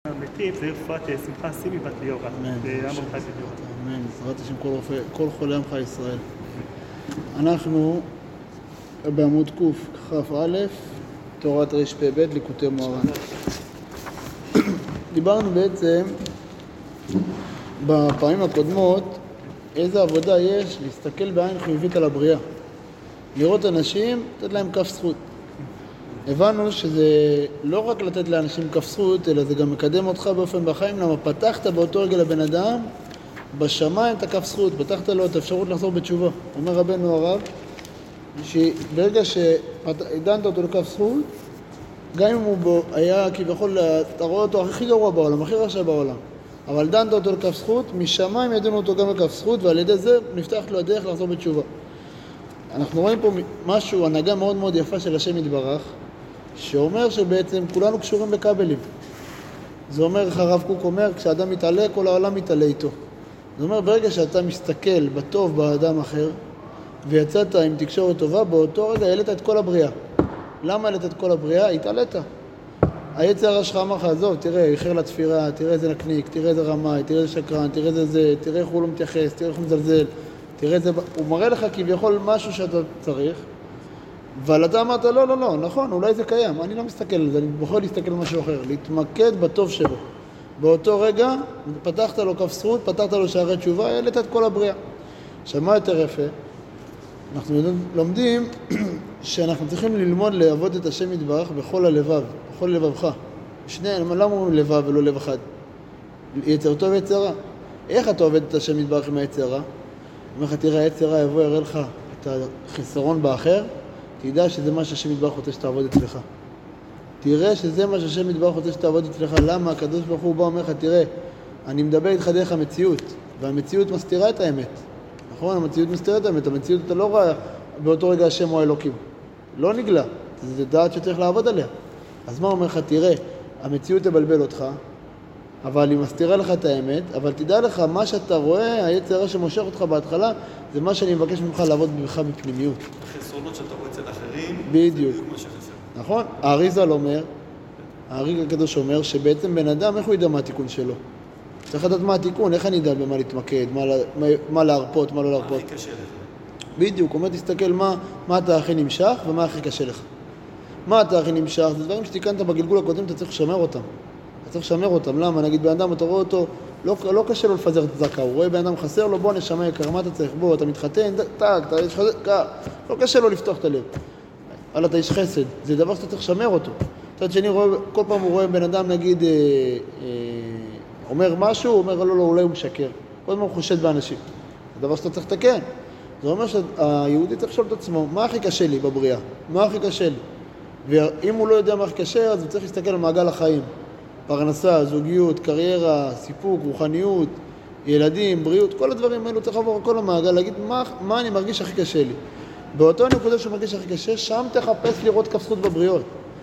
המתים זה רפואת שמחה שימי בת ליאורה. אמן. לעם עמך את ליאורה. אמן. בעזרת השם כל חולי עמך ישראל. אנחנו בעמוד קכ"א, תורת רפ"ב, ליקוטי מוהר"ן. דיברנו בעצם בפעמים הקודמות איזה עבודה יש להסתכל בעין חיובית על הבריאה. לראות אנשים, לתת להם כף זכות. הבנו שזה לא רק לתת לאנשים כף זכות, אלא זה גם מקדם אותך באופן בחיים, למה פתחת באותו רגע לבן אדם, בשמיים את הכף זכות, פתחת לו את האפשרות לחזור בתשובה. אומר רבנו הרב, שברגע שהדנת אותו לכף זכות, גם אם הוא היה כביכול, אתה רואה אותו הכי גרוע בעולם, הכי רשע בעולם, אבל דנת אותו לכף זכות, משמיים ידענו אותו גם לכף זכות, ועל ידי זה נפתח לו הדרך לחזור בתשובה. אנחנו רואים פה משהו, הנהגה מאוד מאוד יפה של השם יתברך, שאומר שבעצם כולנו קשורים בכבלים. זה אומר, הרב קוק אומר, כשאדם מתעלה, כל העולם מתעלה איתו. זה אומר, ברגע שאתה מסתכל בטוב באדם אחר, ויצאת עם תקשורת טובה, באותו רגע העלית את כל הבריאה. למה העלית את כל הבריאה? התעלית. היצר הרע שלך אמר לך, עזוב, תראה, איחר לתפירה, תראה איזה נקניק, תראה איזה רמאי, תראה איזה שקרן, תראה איזה זה, תראה איך הוא לא מתייחס, תראה איך הוא מזלזל, תראה איזה... הוא מראה לך כביכול משהו שאתה צריך, אבל אתה אמרת, לא, נכון, אולי זה קיים, אני לא מסתכל על זה, אני בוחר להסתכל על משהו אחר, להתמקד בטוב שבו. באותו רגע, פתחת לו כף זכות, פתחת לו שערי תשובה, העלית את כל הבריאה. עכשיו, מה יותר יפה? אנחנו לומדים שאנחנו צריכים ללמוד לעבוד את השם יתברך בכל הלבב, בכל לבבך. למה אומרים לבב ולא לב אחד? יצר טוב ויצר רע. איך אתה עובד את השם יתברך עם היצר רע? אומר לך, תראה, היצר רע יבוא יראה לך את החסרון באחר, תדע שזה מה שהשם יתברך רוצה שתעבוד אצלך. תראה שזה מה שהשם יתברך רוצה שתעבוד אצלך. למה? הקדוש ברוך הוא בא ואומר לך, תראה, אני מדבר איתך דרך המציאות, והמציאות מסתירה את האמת. נכון? המציאות מסתירה את האמת. המציאות אתה לא רואה באותו רגע השם או האלוקים. לא נגלה. זה דעת שצריך לעבוד עליה. אז מה אומר לך? תראה, המציאות תבלבל אותך, אבל היא מסתירה לך את האמת, אבל תדע לך, מה שאתה רואה, היצר הרע שמושך אותך בהתחלה, זה מה שאני מבקש ממך לעבוד בך בפנימיות. החסרונות שאתה רואה אצל אחרים, בדיוק. זה מה שחסר. נכון? האריז"ל אומר, האריג הקדוש אומר, שבעצם בן אדם, איך הוא ידע מה התיקון שלו? צריך לדעת מה התיקון, איך אני אדע במה להתמקד, מה להרפות, מה לא להרפות. מה הכי קשה לך? בדיוק, הוא אומר, תסתכל מה אתה הכי נמשך ומה הכי קשה לך. מה אתה הכי נמשך? זה דברים שתיקנת בגלגול הקודם, אתה צריך לשמר אותם. אתה צריך לשמר אותם. למה? נגיד, בן אדם, אתה רואה אותו, לא קשה לו לפזר את הצדקה. הוא רואה בן אדם חסר לו, בוא נשמע יקר, מה אתה צריך? בוא, אתה מתחתן, אתה יש חסר, לא קשה לו לפתוח את הלב. אבל אתה איש חסד, זה דבר שאתה צריך לשמר אותו. מצד שני, כל פעם הוא רואה בן אדם, נגיד, אומר משהו, הוא אומר, לא, אולי הוא משקר. כל הזמן הוא חושד באנשים. זה דבר שאתה צריך לתקן. זה אומר שהיהודי צריך לשאול את עצמו, מה הכי קשה לי בבריאה? מה הכי קשה לי? ואם הוא לא יודע מה הכי קשה, אז הוא צריך להסתכל על מעגל החיים. פרנסה, זוגיות, קריירה, סיפוק, רוחניות, ילדים, בריאות, כל הדברים האלו צריך לעבור כל המעגל, להגיד מה אני מרגיש הכי קשה לי. באותו נקודה שהוא מרגיש הכי קשה, שם תחפש לראות כף זכות בבריאות.